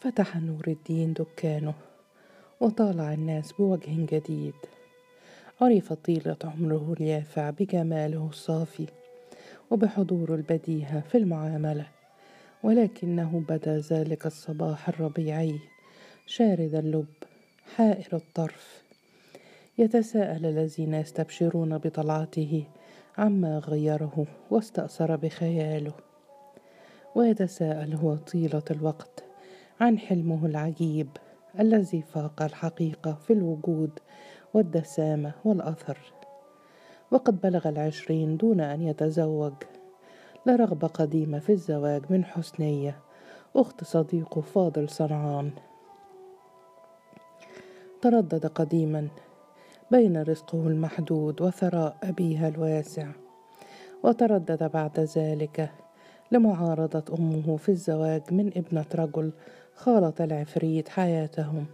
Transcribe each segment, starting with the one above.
فتح نور الدين دكانه وطالع الناس بوجه جديد. عرف طيلة عمره اليافع بجماله الصافي وبحضوره البديهة في المعاملة، ولكنه بدا ذلك الصباح الربيعي شارد اللب حائر الطرف. يتساءل الذين يستبشرون بطلعته عما غيره واستأثر بخياله، ويتساءل هو طيلة الوقت عن حلمه العجيب الذي فاق الحقيقة في الوجود والدسامة والأثر. وقد بلغ 20 دون أن يتزوج، لرغبة قديمة في الزواج من حسنية أخت صديقه فاضل صنعان. تردد قديما بين رزقه المحدود وثراء أبيها الواسع، وتردد بعد ذلك لمعارضة أمه في الزواج من ابنة رجل خالط العفريت حياتهم.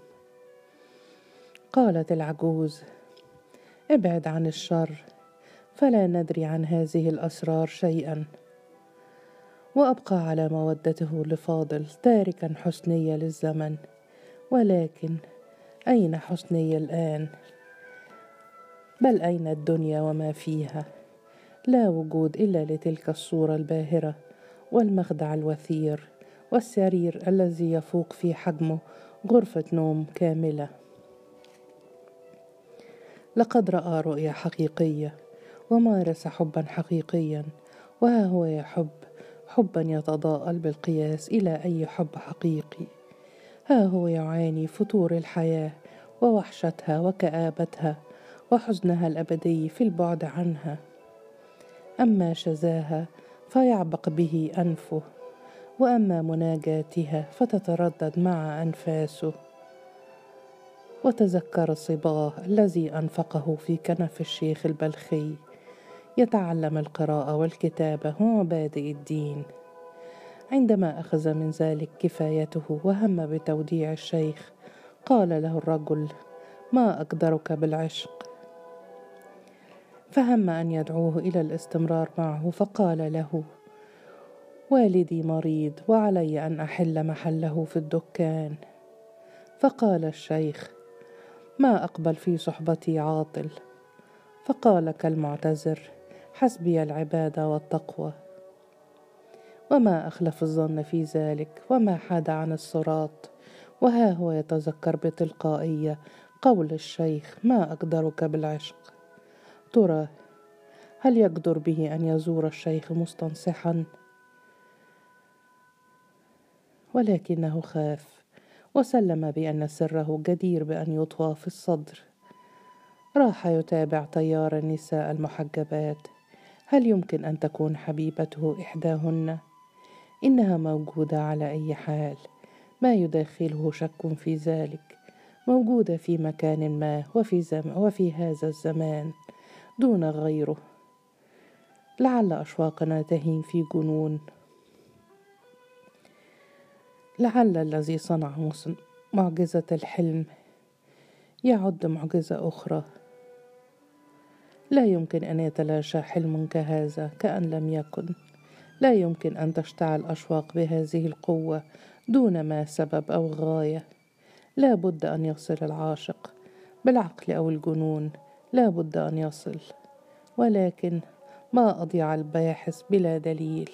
قالت العجوز: ابعد عن الشر، فلا ندري عن هذه الأسرار شيئا. وأبقى على مودته لفاضل تاركا حسنية للزمن. ولكن أين حسنية الآن؟ بل أين الدنيا وما فيها؟ لا وجود إلا لتلك الصورة الباهرة والمخدع الوثير والسرير الذي يفوق في حجمه غرفة نوم كاملة. لقد رأى رؤية حقيقية ومارس حبا حقيقيا، وها هو يحب حبا يتضاءل بالقياس إلى أي حب حقيقي. ها هو يعاني فتور الحياة ووحشتها وكآبتها وحزنها الأبدي في البعد عنها. أما شذاها فيعبق به أنفه، وأما مناجاتها فتتردد مع أنفاسه. وتذكر صباه الذي أنفقه في كنف الشيخ البلخي يتعلم القراءة والكتابة ومبادئ الدين. عندما أخذ من ذلك كفايته وهم بتوديع الشيخ، قال له الرجل: ما أقدرك بالعشق؟ فهم أن يدعوه إلى الاستمرار معه، فقال له: والدي مريض وعلي أن أحل محله في الدكان. فقال الشيخ: ما أقبل في صحبتي عاطل. فقال كالمعتذر: حسبي العبادة والتقوى. وما أخلف الظن في ذلك وما حاد عن الصراط، وها هو يتذكر بتلقائية قول الشيخ: ما أقدرك بالعشق. ترى هل يقدر به أن يزور الشيخ مستنصحا؟ ولكنه خاف وسلم بأن سره جدير بأن يطوى في الصدر. راح يتابع تيار النساء المحجبات. هل يمكن أن تكون حبيبته إحداهن؟ إنها موجودة على أي حال، ما يداخله شك في ذلك. موجودة في مكان ما وفي هذا الزمان دون غيره. لعل أشواقنا تهيم في جنون. لعل الذي صنع معجزة الحلم يعد معجزة أخرى. لا يمكن أن يتلاشى حلم كهذا كأن لم يكن. لا يمكن أن تشتعل أشواق بهذه القوة دون ما سبب أو غاية. لا بد أن يصل العاشق بالعقل أو الجنون، لا بد أن يصل. ولكن ما أضيع الباحث بلا دليل.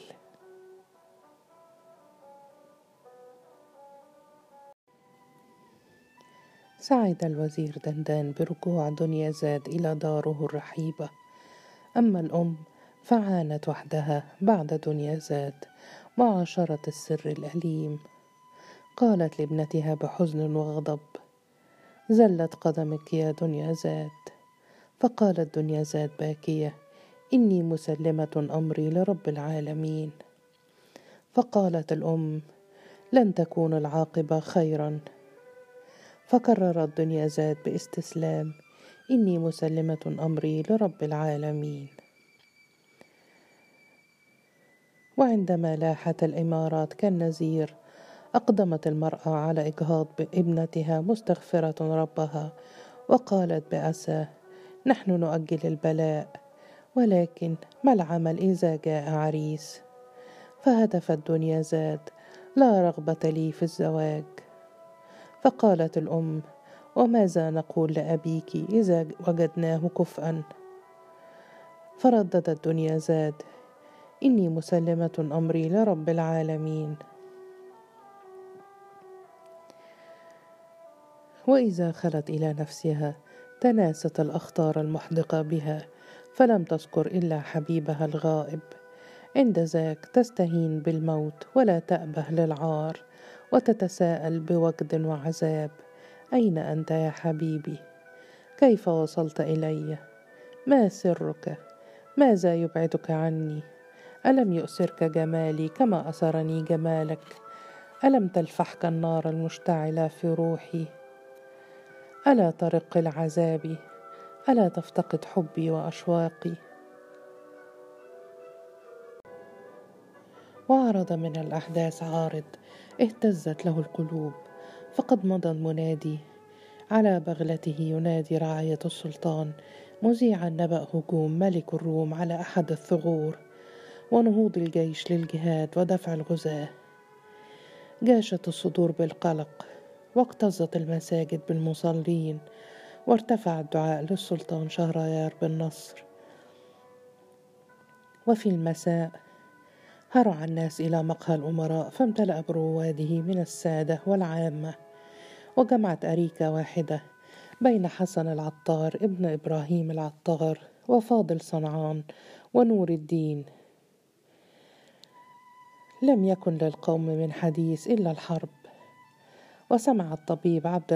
سعد الوزير دندان برجوع دنيا زاد إلى داره الرحيبة. أما الأم فعانت وحدها بعد دنيا زاد معاشرة السر الأليم. قالت لابنتها بحزن وغضب: زلت قدمك يا دنيا زاد. فقالت دنيا زاد باكية: إني مسلمة أمري لرب العالمين. فقالت الأم: لن تكون العاقبة خيرا. فكررت دنيا زاد باستسلام: إني مسلمة أمري لرب العالمين. وعندما لاحت الإمارات كالنذير، أقدمت المرأة على إجهاض ابنتها مستغفرة ربها، وقالت بأسى: نحن نؤجل البلاء، ولكن ما العمل إذا جاء عريس؟ فهتفت دنيا زاد: لا رغبة لي في الزواج. فقالت الأم: وماذا نقول لأبيك إذا وجدناه كفءا؟ فرددت دنيازاد: إني مسلمة أمري لرب العالمين. وإذا خلت إلى نفسها تناست الأخطار المحدقة بها، فلم تذكر إلا حبيبها الغائب. عند ذاك تستهين بالموت ولا تأبه للعار، وتتساءل بوجد وعذاب: أين أنت يا حبيبي؟ كيف وصلت إلي؟ ما سرك؟ ماذا يبعدك عني؟ ألم يؤسرك جمالي كما أسرني جمالك؟ ألم تلفحك النار المشتعلة في روحي؟ ألا ترق العذاب؟ ألا تفتقد حبي وأشواقي؟ وعرض من الأحداث عارض اهتزت له القلوب، فقد مضى المنادي على بغلته ينادي رعاية السلطان، مذيعا نبأ هجوم ملك الروم على أحد الثغور، ونهوض الجيش للجهاد ودفع الغزاة. جاشت الصدور بالقلق، واكتظت المساجد بالمصلين، وارتفع الدعاء للسلطان شهريار بالنصر. وفي المساء هرع الناس إلى مقهى الأمراء، فامتلأ برواده من السادة والعامة، وجمعت أريكة واحدة بين حسن العطار ابن إبراهيم العطار وفاضل صنعان ونور الدين. لم يكن للقوم من حديث إلا الحرب. سمع الطبيب عبد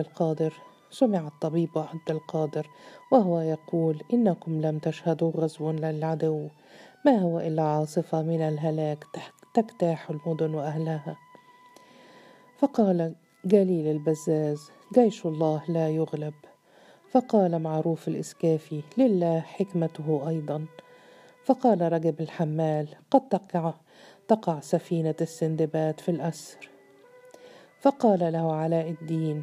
القادر وهو يقول: إنكم لم تشهدوا غزو للعدو، ما هو إلا عاصفة من الهلاك تجتاح المدن وأهلها. فقال جليل البزاز: جيش الله لا يغلب. فقال معروف الإسكافي: لله حكمته أيضا. فقال رجب الحمال: قد تقع سفينة السندباد في الأسر. فقال له علاء الدين: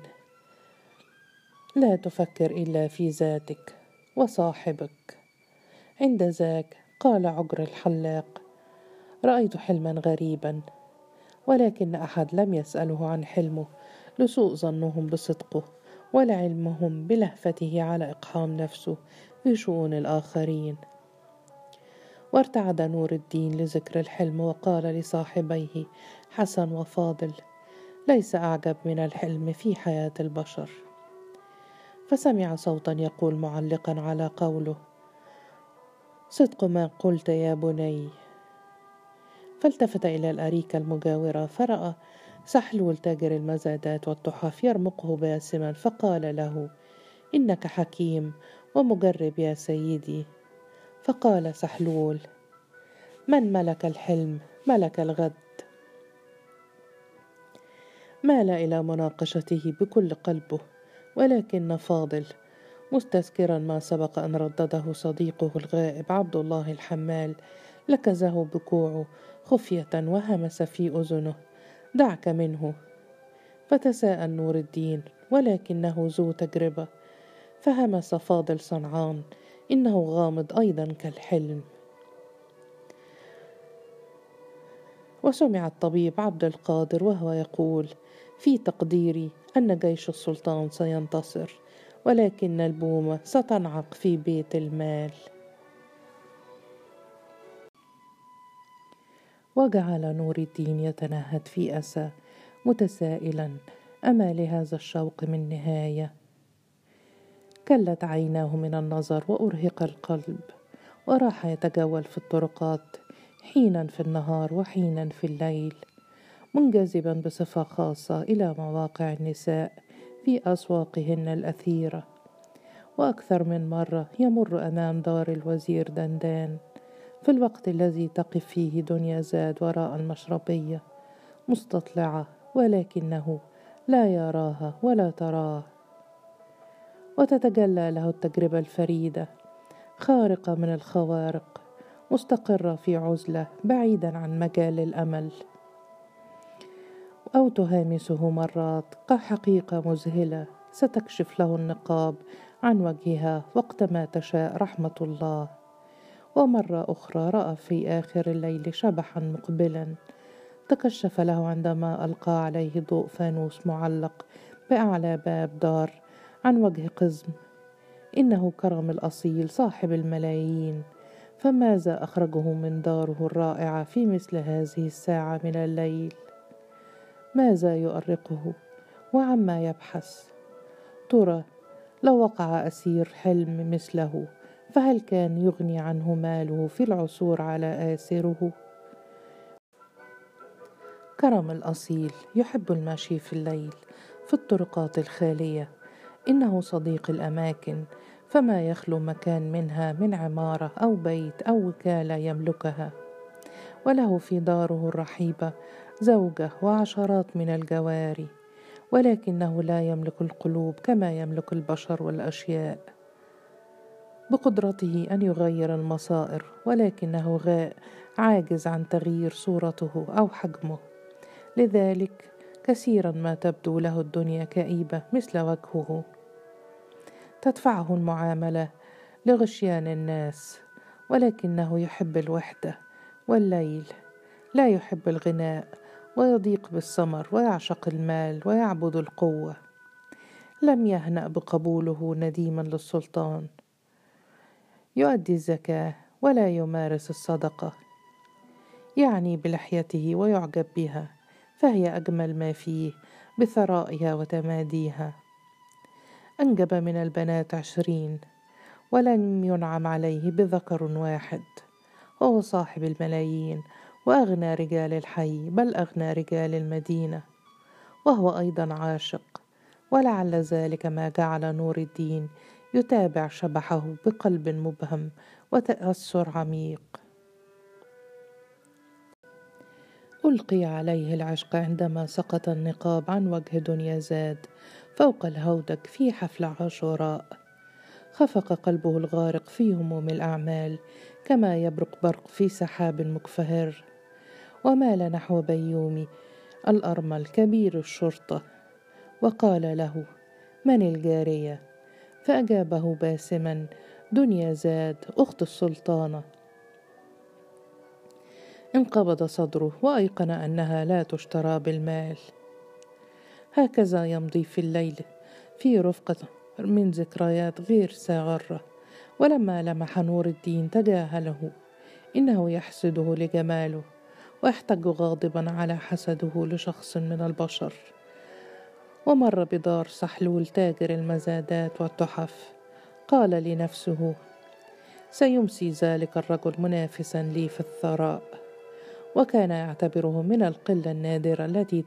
لا تفكر إلا في ذاتك وصاحبك. عند ذاك قال عجر الحلاق: رأيت حلما غريبا، ولكن أحد لم يسأله عن حلمه لسوء ظنهم بصدقه ولعلمهم بلهفته على إقحام نفسه في شؤون الآخرين. وارتعد نور الدين لذكر الحلم، وقال لصاحبيه حسن وفاضل: ليس أعجب من الحلم في حياة البشر. فسمع صوتا يقول معلقا على قوله: صدق ما قلت يا بني. فالتفت إلى الأريكة المجاورة، فرأى سحلول تاجر المزادات والتحف يرمقه باسما، فقال له: إنك حكيم ومجرب يا سيدي. فقال سحلول: من ملك الحلم ملك الغد. مال إلى مناقشته بكل قلبه، ولكن فاضل مستذكرا ما سبق أن ردده صديقه الغائب عبد الله الحمال لكزه بكوعه خفية وهمس في أذنه: دعك منه. فتساءل نور الدين ولكنه ذو تجربة، فهمس فاضل صنعان: إنه غامض أيضا كالحلم. وسمع الطبيب عبد القادر وهو يقول: في تقديري أن جيش السلطان سينتصر، ولكن البومة ستنعق في بيت المال. وجعل نور الدين يتنهد في أسى متسائلا: أما لهذا الشوق من نهاية؟ كلت عيناه من النظر وأرهق القلب، وراح يتجول في الطرقات حينا في النهار وحينا في الليل، منجذبا بصفة خاصة إلى مواقع النساء في أسواقهن الأثيرة. وأكثر من مرة يمر أمام دار الوزير دندان في الوقت الذي تقف فيه دنيازاد وراء المشربية مستطلعة، ولكنه لا يراها ولا تراه. وتتجلى له التجربة الفريدة، خارقة من الخوارق، مستقرة في عزلة بعيدا عن مجال الأمل، أو تهامسه مرات كحقيقة مذهلة ستكشف له النقاب عن وجهها وقتما تشاء رحمة الله. ومرة أخرى رأى في آخر الليل شبحا مقبلا، تكشف له عندما ألقى عليه ضوء فانوس معلق بأعلى باب دار عن وجه قزم. إنه كرم الأصيل صاحب الملايين، فماذا أخرجه من داره الرائعة في مثل هذه الساعة من الليل؟ ماذا يؤرقه وعما يبحث؟ ترى لو وقع أسير حلم مثله، فهل كان يغني عنه ماله في العثور على آسره؟ كرم الأصيل يحب المشي في الليل في الطرقات الخالية. إنه صديق الأماكن، فما يخلو مكان منها من عمارة أو بيت أو وكالة يملكها، وله في داره الرحيبة زوجة وعشرات من الجواري، ولكنه لا يملك القلوب كما يملك البشر والأشياء. بقدرته أن يغير المصائر، ولكنه عاجز عن تغيير صورته أو حجمه. لذلك كثيرا ما تبدو له الدنيا كئيبة مثل وجهه. تدفعه المعاملة لغشيان الناس، ولكنه يحب الوحدة والليل، لا يحب الغناء، ويضيق بالثمر، ويعشق المال، ويعبد القوة. لم يهنأ بقبوله نديما للسلطان، يؤدي الزكاة ولا يمارس الصدقة، يعني بلحيته ويعجب بها، فهي أجمل ما فيه بثرائها وتماديها. أنجب من البنات 20، ولم ينعم عليه بذكر واحد. هو صاحب الملايين وأغنى رجال الحي، بل أغنى رجال المدينة، وهو أيضا عاشق، ولعل ذلك ما جعل نور الدين يتابع شبحه بقلب مبهم وتأثر عميق. ألقي عليه العشق عندما سقط النقاب عن وجه دنيا زاد فوق الهودج في حفل عاشوراء. خفق قلبه الغارق في هموم الأعمال كما يبرق برق في سحاب مكفهر، ومال نحو بيومي الأرمل كبير الشرطة، وقال له: من الجارية؟ فأجابه باسما: دنيا زاد أخت السلطانة. انقبض صدره وأيقن أنها لا تشترى بالمال. هكذا يمضي في الليل في رفقة من ذكريات غير ساغرة. ولما لمح نور الدين تجاهله، إنه يحسده لجماله، ويحتج غاضبا على حسده لشخص من البشر. ومر بدار سحلول تاجر المزادات والتحف، قال لنفسه: سيمسي ذلك الرجل منافسا لي في الثراء. وكان يعتبره من القلة النادرة التي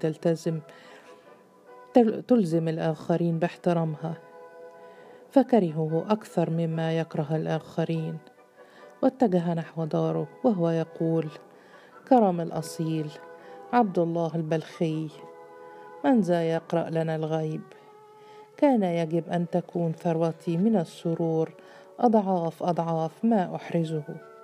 تلزم الآخرين باحترامها، فكرهه أكثر مما يكره الآخرين، واتجه نحو داره وهو يقول: كرم الأصيل عبد الله البلخي، من ذا يقرأ لنا الغيب؟ كان يجب أن تكون ثروتي من السرور أضعاف أضعاف ما أحرزه.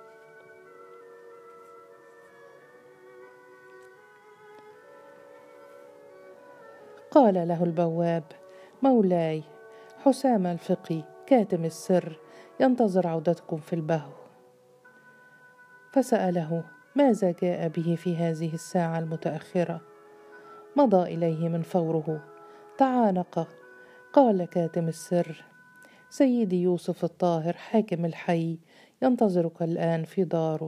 قال له البواب: مولاي، حسام الفقي كاتم السر ينتظر عودتكم في البهو. فسأله: ماذا جاء به في هذه الساعة المتأخرة؟ مضى إليه من فوره، تعانق. قال كاتم السر: سيدي يوسف الطاهر حاكم الحي ينتظرك الآن في داره.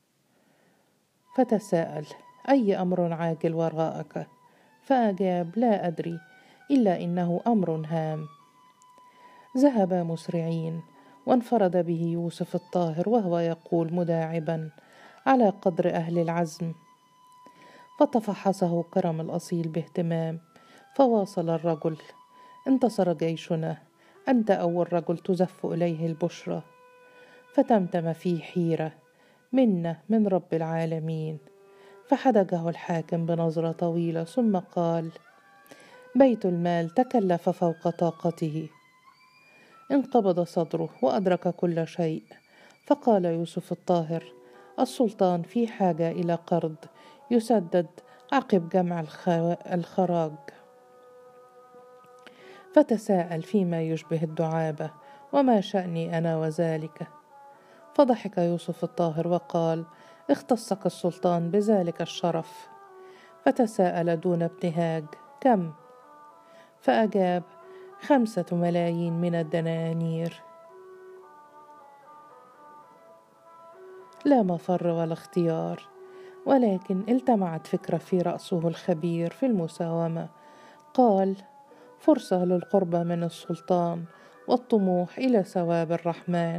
فتساءل: أي أمر عاجل وراءك؟ فأجاب: لا أدري، إلا إنه أمر هام. ذهبا مسرعين، وانفرد به يوسف الطاهر وهو يقول مداعبا: على قدر أهل العزم. فتفحصه كرم الأصيل باهتمام، فواصل الرجل: انتصر جيشنا، أنت أول رجل تزف إليه البشرى. فتمتم في حيرة: منا من رب العالمين. فحدجه الحاكم بنظرة طويلة ثم قال: بيت المال تكلف فوق طاقته. انقبض صدره وأدرك كل شيء، فقال يوسف الطاهر: السلطان في حاجة إلى قرض يسدد عقب جمع الخراج. فتساءل فيما يشبه الدعابة: وما شأني أنا وذلك؟ فضحك يوسف الطاهر وقال: اختصك السلطان بذلك الشرف. فتساءل دون ابتهاج: كم؟ فأجاب: 5 ملايين من الدنانير. لا مفر ولا اختيار، ولكن التمعت فكرة في رأسه الخبير في المساومة. قال: فرصة للقرب من السلطان والطموح إلى ثواب الرحمن.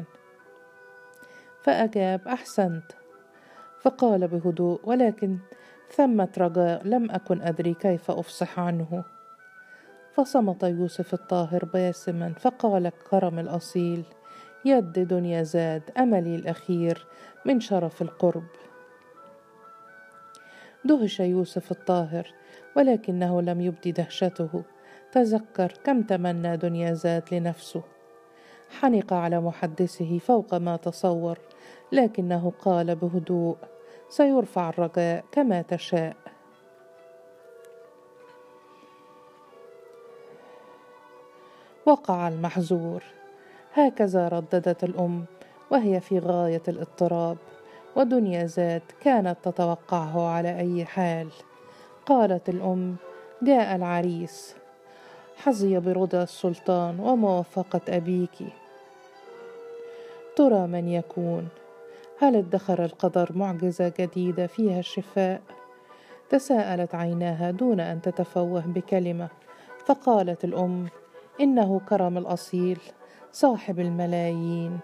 فأجاب: أحسنت. فقال بهدوء: ولكن ثمة رجاء لم أكن أدري كيف أفصح عنه. فصمت يوسف الطاهر باسما، فقال كرم الأصيل: يد دنيا زاد أملي الأخير من شرف القرب. دهش يوسف الطاهر، ولكنه لم يبد دهشته. تذكر كم تمنى دنيا زاد لنفسه. حنق على محدثه فوق ما تصور، لكنه قال بهدوء: سيرفع الرجاء كما تشاء. وقع المحظور. هكذا رددت الأم وهي في غاية الاضطراب، ودنيا زاد كانت تتوقعه على أي حال. قالت الأم: جاء العريس، حظي برضا السلطان وموافقة أبيك. ترى من يكون؟ هل ادخر القدر معجزة جديدة فيها الشفاء؟ تساءلت عيناها دون أن تتفوه بكلمة. فقالت الأم: إنه كرم الأصيل صاحب الملايين.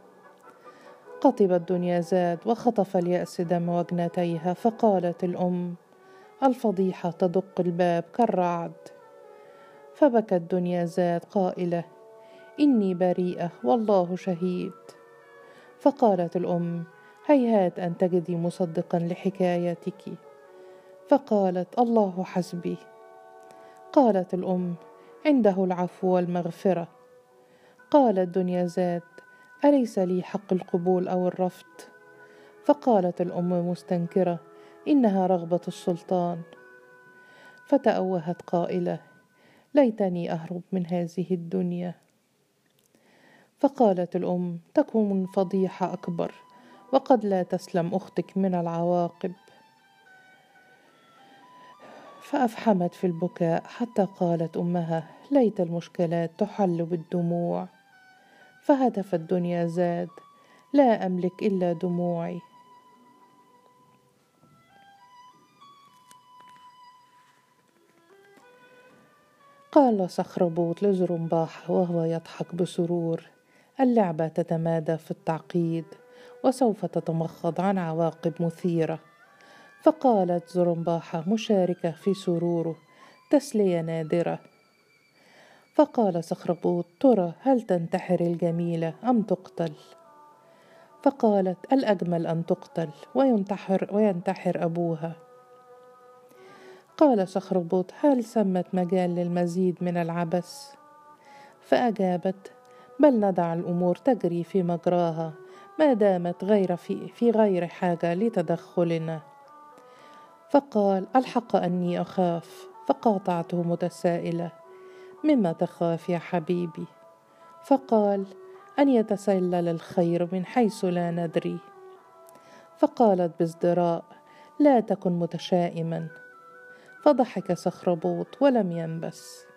قطبت دنيا زاد وخطف اليأس دم وجنتيها. فقالت الأم: الفضيحة تدق الباب كالرعد. فبكت دنيا زاد قائلة: إني بريئة والله شهيد. فقالت الأم: هيهات أن تجدي مصدقا لحكايتك. فقالت: الله حسبي. قالت الأم: عنده العفو والمغفرة. قالت دنيا زاد: أليس لي حق القبول أو الرفض؟ فقالت الأم مستنكرة: إنها رغبة السلطان. فتأوهت قائلة: ليتني أهرب من هذه الدنيا. فقالت الأم: تكون فضيحة أكبر، وقد لا تسلم أختك من العواقب. فأفحمت في البكاء حتى قالت أمها: ليت المشكلات تحل بالدموع. فهتفت دنيا زاد: لا أملك إلا دموعي. قال صخربوط لزرنباح وهو يضحك بسرور: اللعبة تتمادى في التعقيد، وسوف تتمخض عن عواقب مثيرة. فقالت زرنباحة مشاركة في سروره: تسلية نادرة. فقال صخربوط: ترى هل تنتحر الجميلة أم تقتل؟ فقالت: الأجمل أن تقتل وينتحر أبوها. قال صخربوط: هل ثمت مجال للمزيد من العبث؟ فأجابت: بل ندع الأمور تجري في مجراها ما دامت في غير حاجة لتدخلنا. فقال: الحق أني أخاف. فقاطعته متسائلة: مما تخاف يا حبيبي؟ فقال: أن يتسلل الخير من حيث لا ندري. فقالت بازدراء: لا تكن متشائما. فضحك صخربوط ولم ينبس.